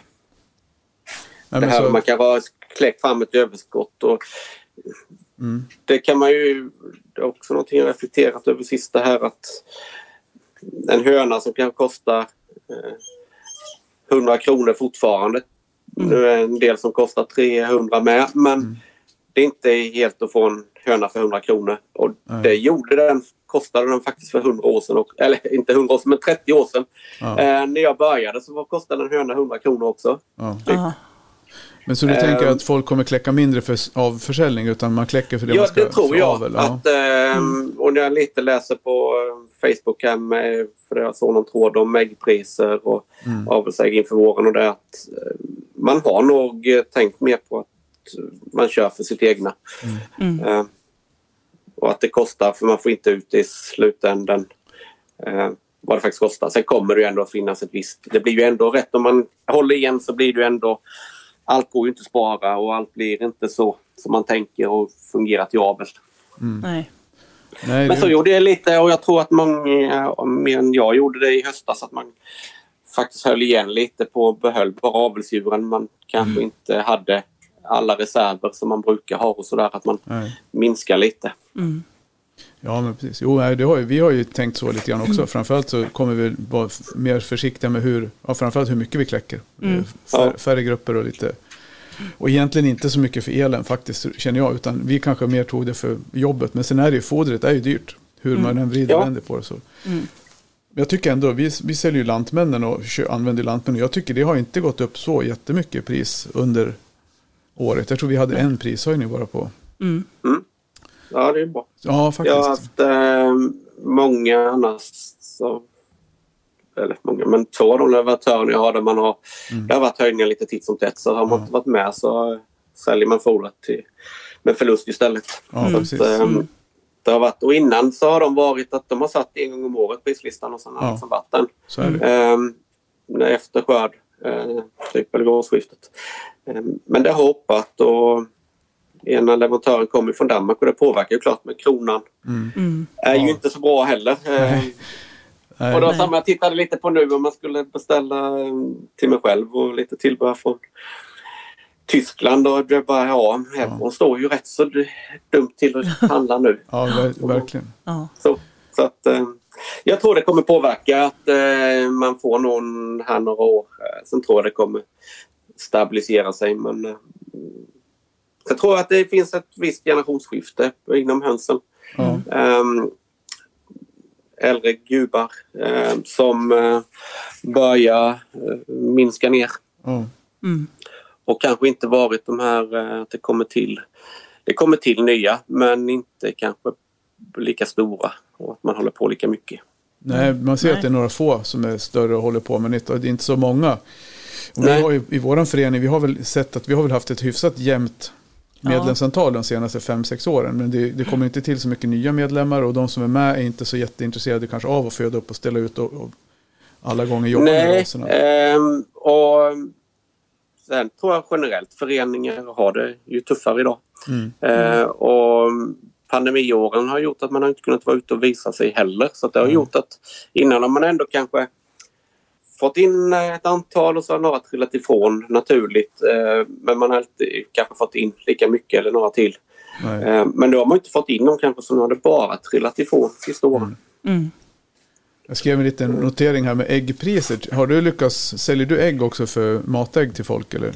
Ja, det här så... man kan ha kläckt fram ett överskott och mm. det kan man ju, det är också någonting jag reflekterat över sista här, att en höna som kan kosta eh, hundra kronor fortfarande. Mm. Nu är en del som kostar trehundra med. Men mm. det är inte helt att få en höna för hundra kronor. Och Nej. det gjorde den, kostade den faktiskt för hundra år sedan. Och, eller inte hundra år sedan, men trettio år sedan. Ja. Eh, när jag började så kostade en höna hundra kronor också. Ja. Men så du tänker att folk kommer kläcka mindre för, av försäljning, utan man kläcker för det ja, man ska det tror jag. Av, att, eh, mm. Och när jag lite läser på Facebook här med, för jag såg någon tråd om äggpriser och mm. avelsägg inför våren, och det att eh, man har nog tänkt mer på att man kör för sitt egna. Mm. Eh, och att det kostar, för man får inte ut i slutändan eh, vad det faktiskt kostar. Sen kommer det ju ändå att finnas ett visst, det blir ju ändå rätt, om man håller igen så blir det ju ändå, allt går ju inte att spara och allt blir inte så som man tänker och fungerar till avel. Mm. Nej. Nej, men så gjorde jag lite, och jag tror att många mer än jag gjorde det i höstas, att man faktiskt höll igen lite på behöll bara avelsdjuren. Man kanske mm. inte hade alla reserver som man brukar ha och sådär, att man Nej. minskar lite. Mm. Ja, men precis. Jo, det har ju, vi har ju tänkt så lite grann också. Mm. Framförallt så kommer vi vara mer försiktiga med hur, ja, framförallt hur mycket vi kläcker. Mm. Fär, färre grupper och lite. Och egentligen inte så mycket för elen faktiskt, känner jag, utan vi kanske mer tog det för jobbet. Men sen är det ju, fodret är ju dyrt, hur mm. man än vrider och ja. vänder på det. Så. Mm. Jag tycker ändå, vi, vi säljer ju Lantmännen och kö, använder Lantmännen. Jag tycker det har inte gått upp så jättemycket pris under året. Jag tror vi hade en prishöjning bara på. Mm. Mm. Ja, det är bra. Ja, faktiskt. Jag har haft eh, många annars, så, eller många, men två av de leverantörerna jag har där man har, mm. det har varit höjningar lite titt som tätt, så har man ja. inte varit med så säljer man fodret till, med förlust istället. Ja, så precis. Att, eh, det har varit, och innan så har de varit att de har satt en gång om året prislistan och sen har ja. liksom varit den. Så är det. Eh, efter skörd, eh, typ eller årsskiftet. Eh, men det har hoppat och ena leverantören kommer från Danmark och det påverkar ju klart med kronan. Mm. Mm. Är ju ja. inte så bra heller. Nej. Nej. Och då samma jag tittade lite på nu om man skulle beställa till mig själv och lite tillbehör från Tyskland och det bara ja, ja. och står ju rätt så dumt till att handla nu. Ja, ver- verkligen. Ja. Så, så att eh, jag tror det kommer påverka att eh, man får någon här några år. Sen tror jag det kommer stabilisera sig, men eh, jag tror att det finns ett visst generationsskifte inom hönsen. Mm. Um, äldre gubbar um, som uh, börjar uh, minska ner. Mm. Mm. Och kanske inte varit de här uh, att det kommer till det kommer till nya, men inte kanske lika stora och att man håller på lika mycket. Nej, man ser Nej. att det är några få som är större och håller på, men det är inte så många. Och vi har ju, i våran förening, vi har väl sett att vi har väl haft ett hyfsat jämnt medlemsantal de senaste fem sex åren, men det, det kommer inte till så mycket nya medlemmar och de som är med är inte så jätteintresserade kanske av att föda upp och ställa ut och, och alla gånger jobba med Nej, raserna. Ähm, och sen tror jag generellt föreningar har det ju tuffare idag. Mm. Äh, och pandemiåren har gjort att man inte kunnat vara ute och visa sig heller, så att det har mm. gjort att innan har man ändå kanske fått in ett antal och så har några trillat ifrån naturligt. Eh, men man har inte kanske fått in lika mycket eller några till. Eh, men då har man inte fått in dem kanske som hade bara trillat ifrån sista åren. Mm. Mm. Jag skrev en liten notering här med äggpriser. Har du lyckats, säljer du ägg också för matägg till folk eller?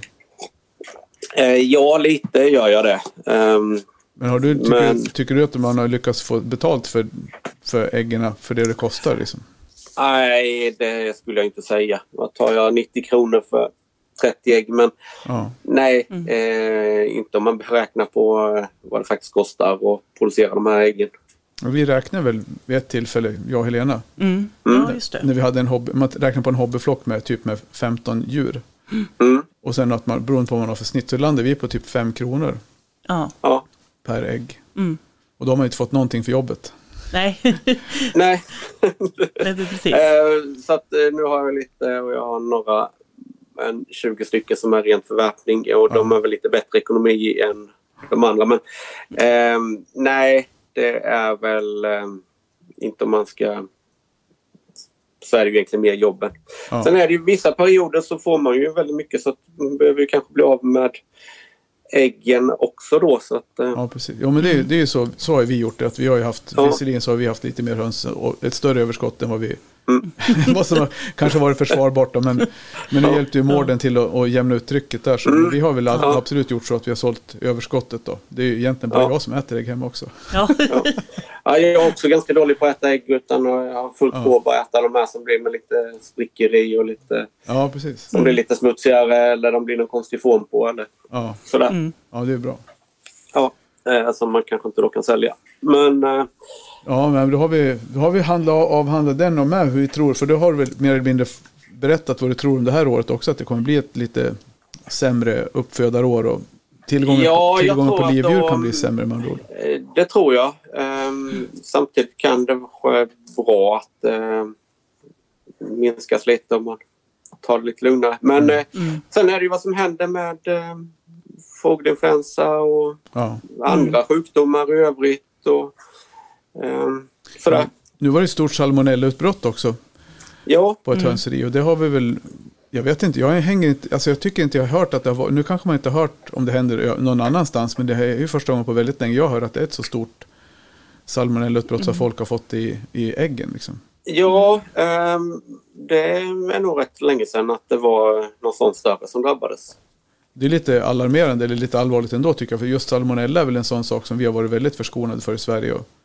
Eh, ja, lite gör jag det. Um, men har du, tycker, men... tycker du att man har lyckats få betalt för, för äggen för det det kostar liksom? Nej, det skulle jag inte säga. Vad tar jag nittio kronor för trettio ägg? Men ja. nej, mm. eh, inte om man beräknar på vad det faktiskt kostar att producera de här äggen. Och vi räknar väl vid ett tillfälle, jag och Helena. Mm. Ja, just det. När vi hade en hobby, man räknar på en hobbyflock med typ med femton djur. Mm. Och sen att man, beroende på vad man har för snitt, så landar vi på typ fem kronor ja. per ägg. Mm. Och då har man inte fått någonting för jobbet. Nej. Nej. Nej, precis. Så att nu har jag lite och jag har några en tjugo stycken som är rent förvärpning och ja. de har väl lite bättre ekonomi än de andra. Men eh, nej, det är väl eh, inte om man ska, så är det ju egentligen mer jobben. Ja. Sen är det ju vissa perioder så får man ju väldigt mycket så att man behöver ju kanske bli av med äggen också då. Så att, ja, precis. Jo, men det är, det är ju så, så har vi gjort det. Att vi har ju haft, ja. visserligen så har vi haft lite mer höns och ett större överskott än vad vi mm. vad som kanske varit försvarbart då, men, men det ja. hjälpte ju mården till att, att jämna ut trycket där. Så mm. vi har väl ja. absolut gjort så att vi har sålt överskottet då. Det är ju egentligen bara ja. jag som äter ägg hemma också. Ja. ja. Ja, jag är också ganska dålig på att äta ägg utan jag har fullt ja. på att äta de här som blir med lite sprickor i och lite ja, precis. som blir lite smutsigare eller de blir någon konstig form på eller ja. sådär. Mm. Ja, det är bra. Ja, eh, som man kanske inte då kan sälja. Men eh, ja, men då har vi då har vi handlat avhandlat den och med hur vi tror, för då har du väl mer eller mindre berättat vad du tror om det här året också, att det kommer bli ett lite sämre uppfödarår och tillgången, ja, på, tillgången på livdjur de, kan bli sämre med andra ord. Det tror jag. Um, samtidigt kan det vara bra att uh, minskas lite om man tar det lite lugnare. Men mm. uh, sen är det ju vad som händer med uh, fågelinfluensa och ja. andra mm. sjukdomar i övrigt och um, sådär. Ja, nu var det ett stort salmonellautbrott också ja. på ett mm. hönseri och det har vi väl, jag vet inte, jag hänger inte, alltså jag tycker inte jag har hört att det har varit, nu kanske man inte har hört om det händer någon annanstans, men det är ju första gången på väldigt länge jag hör att det är ett så stort salmonellautbrott som mm. folk har fått i, i äggen liksom. Ja, um, det är nog rätt länge sedan att det var någon sån större som drabbades. Det är lite alarmerande eller lite allvarligt ändå tycker jag, för just salmonella är väl en sån sak som vi har varit väldigt förskonade för i Sverige och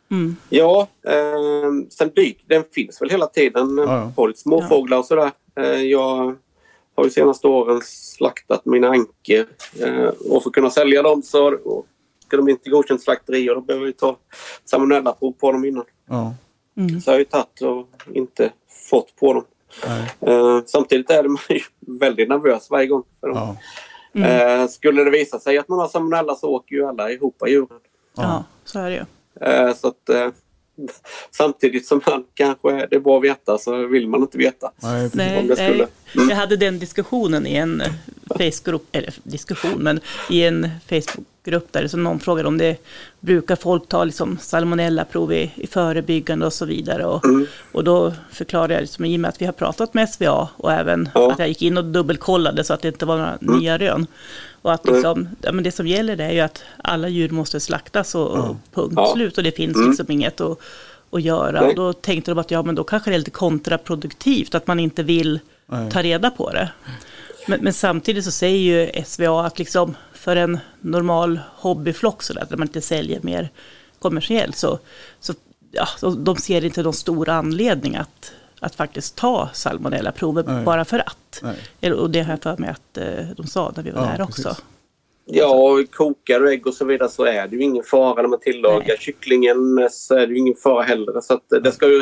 Mm. Ja, eh, sen dyk, den finns väl hela tiden. Ja, På lite småfåglar och sådär. Eh, jag har ju senaste åren slaktat mina anker. Eh, och för att kunna sälja dem så och ska de inte godkänt slakteri och då behöver vi ta salmonellaprov på dem innan. Ja. Mm. Så har jag ju tagit och inte fått på dem. Eh, samtidigt är man ju väldigt nervös varje gång för dem. Ja. Mm. Eh, skulle det visa sig att man har salmonella så åker ju alla ihop i djuren. Ja. ja, så är det ju. Eh, så att eh, samtidigt som man kanske det är bra att veta så vill man inte veta. Nej, Nej, om det skulle. nej. Mm. Jag hade den diskussionen i en Facebookgrupp, eller diskussion, men i en Facebookgrupp där som någon frågade om det brukar folk ta liksom salmonellaprov i, i förebyggande och så vidare. Och, Mm. och då förklarade jag liksom, i och med att vi har pratat med S V A och även Ja. att jag gick in och dubbelkollade så att det inte var några Mm. nya rön. Och att liksom, ja, men det som gäller det är ju att alla djur måste slaktas och, och punkt Ja. slut. Och det finns Mm. liksom inget att, att göra. Nej. Och då tänkte de att ja, men då kanske det är lite kontraproduktivt att man inte vill Nej. ta reda på det. Men, men samtidigt så säger ju S V A att liksom för en normal hobbyflock så där, där man inte säljer mer kommersiellt så, så ja, de ser inte någon stor anledning att, att faktiskt ta salmonellaprover Nej. bara för att. Nej. Eller, och det har jag för mig att eh, de sa när vi var Ja, där precis. också. Ja, och kokar och ägg och så vidare så är det ju ingen fara när man tillagar Nej. kycklingen så är det ju ingen fara heller. Så att det ska ju...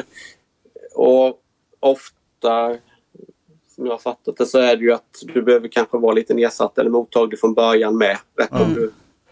Och ofta, som jag har fattat det, så är det ju att du behöver kanske vara lite nedsatt eller mottaglig från början med. Rätt om Mm. du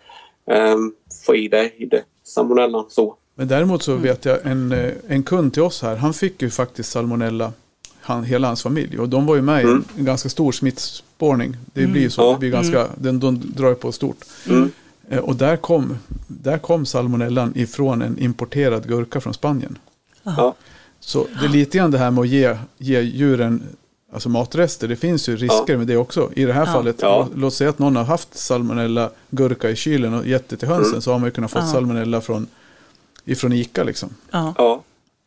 um, får i dig i det salmonellan så. Men däremot så vet jag en, eh, en kund till oss här, han fick ju faktiskt salmonella, han, hela hans familj. Och de var ju med Mm. i en ganska stor smittspårning. Det blir ju så, Ja. det blir ganska, de, de drar ju på stort. Mm. Eh, Och där kom, där kom salmonellan ifrån en importerad gurka från Spanien. Ja. Så det är lite grann det här med att ge, ge djuren alltså matrester. Det finns ju risker Ja. med det också. I det här Ja. fallet, Ja. lå- låt säga att någon har haft salmonella gurka i kylen och gett det till hönsen Mm. så har man ju kunnat få Ja. salmonella från, ifrån Ica liksom. Ja. Ja.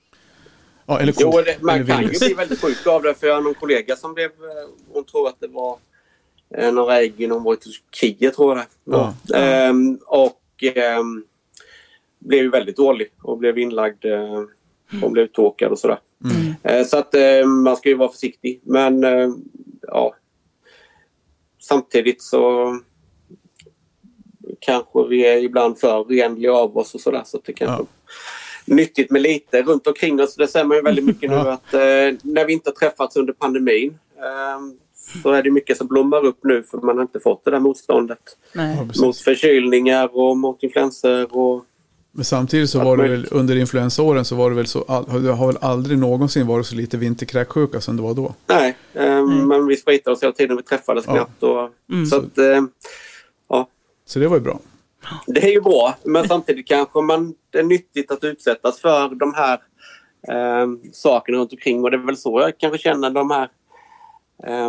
Ja, eller Jo, ko- det, man eller kan ju Willys. bli väldigt sjuk av det. För jag har någon kollega som blev... eh, Hon tror att det var eh, några ägg inom var i Turkiet, tror jag det var. Ja. Ehm, och ehm, blev ju väldigt dålig och blev inlagd eh, och blev uttråkad och sådär. Mm. Eh, så att eh, man ska ju vara försiktig. Men eh, ja, samtidigt så kanske vi är ibland för renliga av oss och sådär. Så att det kanske Ja. nyttigt med lite runt omkring oss. Det ser man ju väldigt mycket nu Ja. att eh, när vi inte har träffats under pandemin eh, så är det mycket som blommar upp nu för man har inte fått det där motståndet Nej. Ja, precis. mot förkylningar och mot influenser och Men samtidigt så var det väl under influensåren så var det väl så, all- det har väl aldrig någonsin varit så lite vinterkräksjuka som det var då. nej, eh, men vi spritade oss hela tiden, vi träffades Ja. knappt och, Mm. så att eh, ja, Så det var ju bra. det är ju bra men samtidigt kanske man, det är nyttigt att utsättas för de här eh, sakerna runt omkring och det är väl så jag kanske känner de här eh,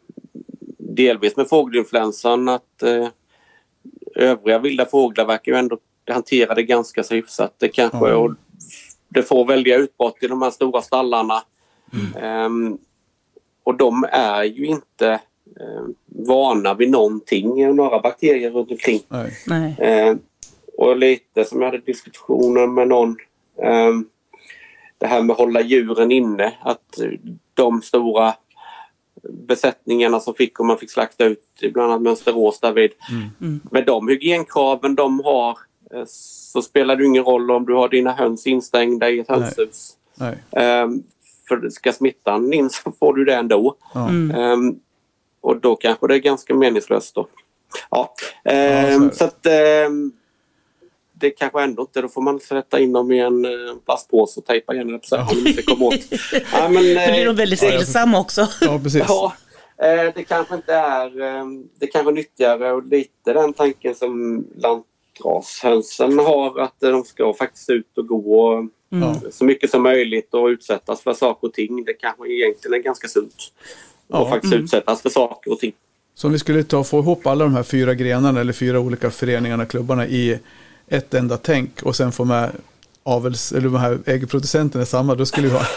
delvis med fågelinfluensan att eh, övriga vilda fåglar verkar ju ändå hantera det ganska så hyfsat. Det kanske Ja. och det får välja utbrott i de här stora stallarna. Ehm, och de är ju inte eh, vana vid någonting, några bakterier runt omkring. Nej. Nej. Ehm, och lite som jag hade diskussioner med någon ehm, det här med att hålla djuren inne, att de stora besättningarna som fick och man fick slakta ut bland annat Mönsterås David. Mm. Mm. Med de hygienkraven de har eh, så spelar det ingen roll om du har dina höns instängda i ett Nej. hönshus. Nej. Ehm, för ska smittan in så får du det ändå. Ja. Mm. Ehm, och då kanske det är ganska meningslöst då. Ja, ehm, Ja, så är det. så att ehm, det kanske ändå inte, då får man sätta in dem i en eh, plastpåse och tejpa igen det så att de inte kommer åt. Ja, men, Då blir eh, de väldigt Ja, jag stillsamma också. Ja, precis. Ja, eh, det kanske inte är eh, det kanske är nyttigare och lite den tanken som lantrashönsen har att eh, de ska faktiskt ut och gå och, Mm. Ja. så mycket som möjligt och utsättas för saker och ting. Det kanske egentligen är ganska sunt Ja. att faktiskt Mm. utsättas för saker och ting. Så om vi skulle ta och få ihop alla de här fyra grenarna eller fyra olika föreningarna, klubbarna i ett enda tänk och sen få med avels, eller de här äggproducenterna samma, då skulle vi ha...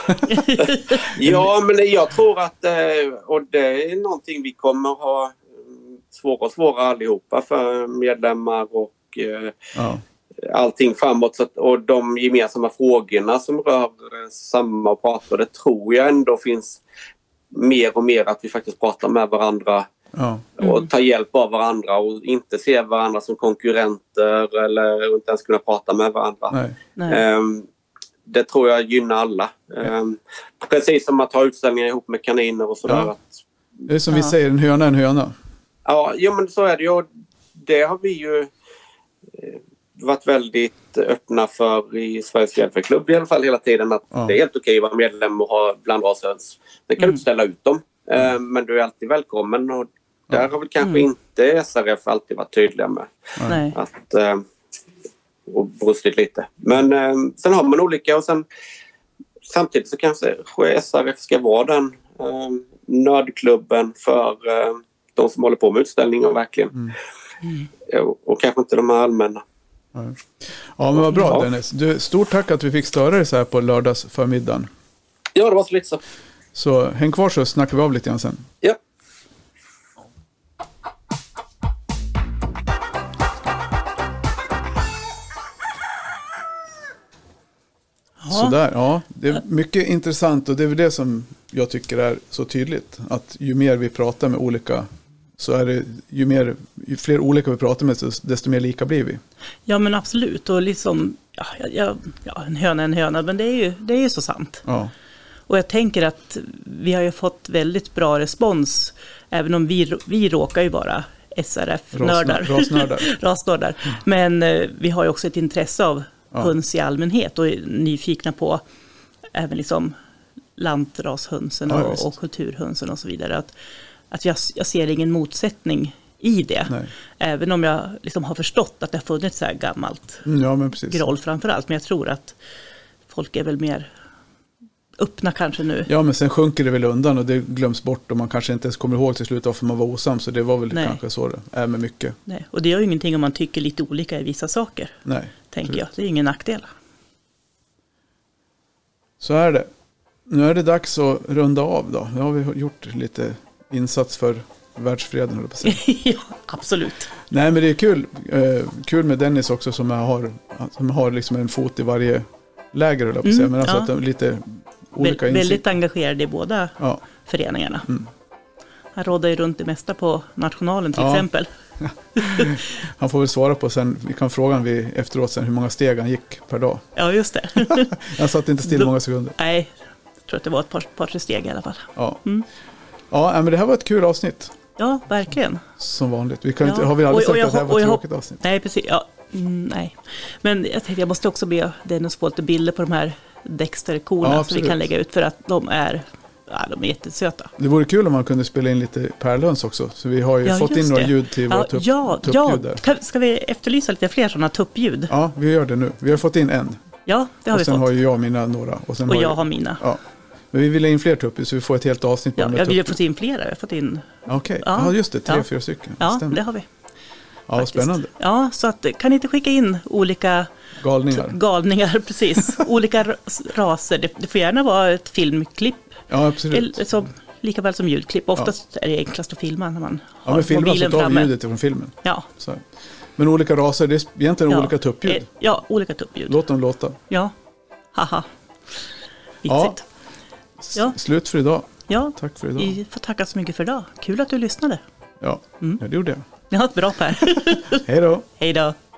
Ja, men jag tror att eh, och det är någonting vi kommer ha mm, svåra och svåra allihopa för medlemmar och eh, Ja. allting framåt. Så att, och de gemensamma frågorna som rör samma och pratar, det tror jag ändå finns mer och mer att vi faktiskt pratar med varandra. Ja. Mm. Och tar hjälp av varandra och inte se varandra som konkurrenter eller inte ens kunna prata med varandra. Nej. Nej. Um, det tror jag gynnar alla. Um, precis som att ha utställningar ihop med kaniner och sådär. Ja. Att, det är som ja. vi säger, en höna en höna. Ja, jo, men så är det ju. Det har vi ju eh, varit väldigt öppna för i Sveriges Fjällfäklubb i alla fall hela tiden. Att ja. Det är helt okej att vara medlem och ha blandrashöns. Det kan mm. du inte ställa ut dem. Mm. Uh, men du är alltid välkommen och där ja. Har väl kanske mm. inte S R F alltid varit tydliga med. Nej. Att, uh, och brustit lite. Men uh, sen har man olika och sen samtidigt så kanske S R F ska vara den uh, nördklubben för uh, de som håller på med utställningar verkligen. Mm. Mm. Och, och kanske inte de här allmänna. Ja, ja men vad bra ja. Dennis. Du, stort tack att vi fick störa dig så här på lördags förmiddagen. Ja, det var så lite så. Så häng kvar så snackar vi av lite grann sen. Ja. Sådär, ja. Det är mycket intressant och det är väl det som jag tycker är så tydligt. Att ju mer vi pratar med olika så är det, ju, mer, ju fler olika vi pratar med desto mer lika blir vi. Ja men absolut och liksom, ja, ja, ja en höna en höna men det är ju, det är ju så sant. Ja. Och jag tänker att vi har ju fått väldigt bra respons även om vi, vi råkar ju vara S R F-nördar. Rasnördar. Rasnördar. Men eh, vi har ju också ett intresse av ja. Höns i allmänhet och är nyfikna på även liksom lantrashönsen ja, och, och kulturhönsen och så vidare. Att, att jag, jag ser ingen motsättning i det. Nej. Även om jag liksom har förstått att det har funnits så här gammalt ja, men precis. groll framförallt. Men jag tror att folk är väl mer öppna kanske nu. Ja, men sen sjunker det väl undan och det glöms bort och man kanske inte ens kommer ihåg till slut varför man var osam. Så det var väl Nej. Kanske så det är med mycket. Nej, och det är ju ingenting om man tycker lite olika i vissa saker. Nej. Tänker jag. Det är ingen nackdel. Så är det. Nu är det dags att runda av då. Nu har vi gjort lite insats för världsfreden, höll jag på att säga. Ja, absolut. Nej, men det är kul. Eh, kul med Dennis också som har, som har liksom en fot i varje läger, höll jag på att säga. Mm, men alltså ja. att lite olika Vä- insikt. Väldigt engagerad i båda ja. föreningarna. Mm. Han rådde ju runt det mesta på nationalen till ja. exempel. Han får väl svara på sen. Vi kan fråga honom vi efteråt sen hur många steg han gick per dag. Ja, just det. Han satt inte still många sekunder. Nej, jag tror att det var ett par, par tre steg i alla fall. Ja. Mm. Ja, men det här var ett kul avsnitt. Ja, verkligen. Som vanligt. Vi kan ja. inte, har vi aldrig och, och sagt jag, att det här var ett tråkigt avsnitt? Nej, precis. Ja. Mm, nej. Men jag tänkte jag måste också be Dennis få lite bilder på de här Dexter-korna ja, som vi kan lägga ut för att de är, ja, de är jättesöta. Det vore kul om man kunde spela in lite pärlhöns också. Så vi har ju ja, fått in några det. ljud till våra ja, tupp, ja, tuppljud där. Ja, ska vi efterlysa lite fler sådana tuppljud? Ja, vi gör det nu. Vi har fått in en. Ja, det har och vi sen fått. har ju jag mina några. Och, sen och har jag ju, har mina. Ja. Men vi vill ha in fler tuppljud så vi får ett helt avsnitt på ja, de ja, vi har tupp... fått in flera. Vi har fått in... Okej, okay. ja. ja, just det. Tre, ja. fyra stycken. Ja, Stämmer. det har vi. Ja, faktiskt. Spännande. Ja, så att, kan ni inte skicka in olika galningar? Galningar, precis. Olika raser. Det, det får gärna vara ett filmklipp. Ja, absolut. Eller, så, lika väl som ljudklipp. Oftast ja. är det enklast att filma när man ja, har men filma mobilen så tar framme. vi ljudet från filmen. Ja. Så. Men olika raser, det är egentligen ja. olika tuppljud. Ja, olika tuppljud. Låt dem låta. Ja, haha. Vitsigt. Ja. ja. Slut för idag. Ja, tack för idag. Vi får tacka så mycket för idag. Kul att du lyssnade. Ja, mm. ja det gjorde jag. Ja, bra Per. Hej då. Hej då.